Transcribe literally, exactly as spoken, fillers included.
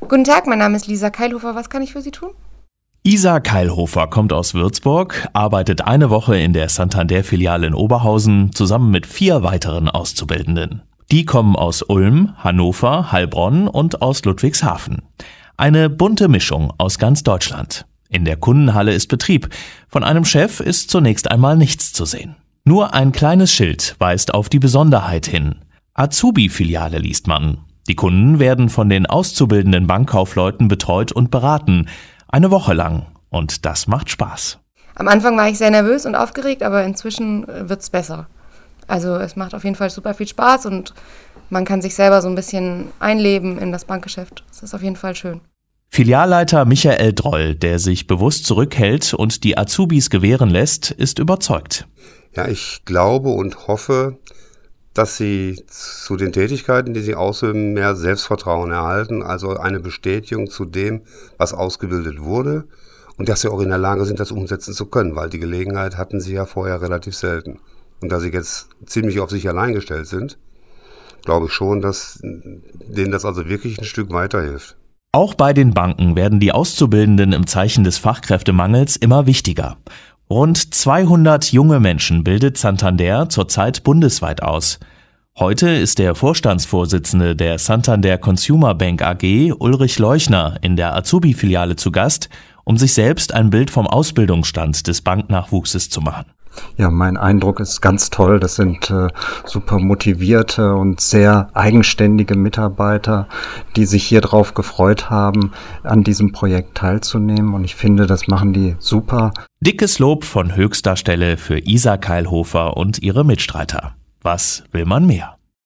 Guten Tag, mein Name ist Lisa Keilhofer. Was kann ich für Sie tun? Isa Keilhofer kommt aus Würzburg, arbeitet eine Woche in der Santander-Filiale in Oberhausen zusammen mit vier weiteren Auszubildenden. Die kommen aus Ulm, Hannover, Heilbronn und aus Ludwigshafen. Eine bunte Mischung aus ganz Deutschland. In der Kundenhalle ist Betrieb. Von einem Chef ist zunächst einmal nichts zu sehen. Nur ein kleines Schild weist auf die Besonderheit hin. Azubi-Filiale liest man. Die Kunden werden von den auszubildenden Bankkaufleuten betreut und beraten. Eine Woche lang. Und das macht Spaß. Am Anfang war ich sehr nervös und aufgeregt, aber inzwischen wird's besser. Also es macht auf jeden Fall super viel Spaß und man kann sich selber so ein bisschen einleben in das Bankgeschäft. Das ist auf jeden Fall schön. Filialleiter Michael Droll, der sich bewusst zurückhält und die Azubis gewähren lässt, ist überzeugt. Ja, ich glaube und hoffe, dass sie zu den Tätigkeiten, die sie ausüben, mehr Selbstvertrauen erhalten, also eine Bestätigung zu dem, was ausgebildet wurde und dass sie auch in der Lage sind, das umsetzen zu können, weil die Gelegenheit hatten sie ja vorher relativ selten. Und da sie jetzt ziemlich auf sich allein gestellt sind, glaube ich schon, dass denen das also wirklich ein Stück weiterhilft. Auch bei den Banken werden die Auszubildenden im Zeichen des Fachkräftemangels immer wichtiger. Rund zweihundert junge Menschen bildet Santander zurzeit bundesweit aus. Heute ist der Vorstandsvorsitzende der Santander Consumer Bank A G, Ulrich Leuchner, in der Azubi-Filiale zu Gast, um sich selbst ein Bild vom Ausbildungsstand des Banknachwuchses zu machen. Ja, mein Eindruck ist ganz toll. Das sind äh, super motivierte und sehr eigenständige Mitarbeiter, die sich hier drauf gefreut haben, an diesem Projekt teilzunehmen. Und ich finde, das machen die super. Dickes Lob von höchster Stelle für Isa Keilhofer und ihre Mitstreiter. Was will man mehr?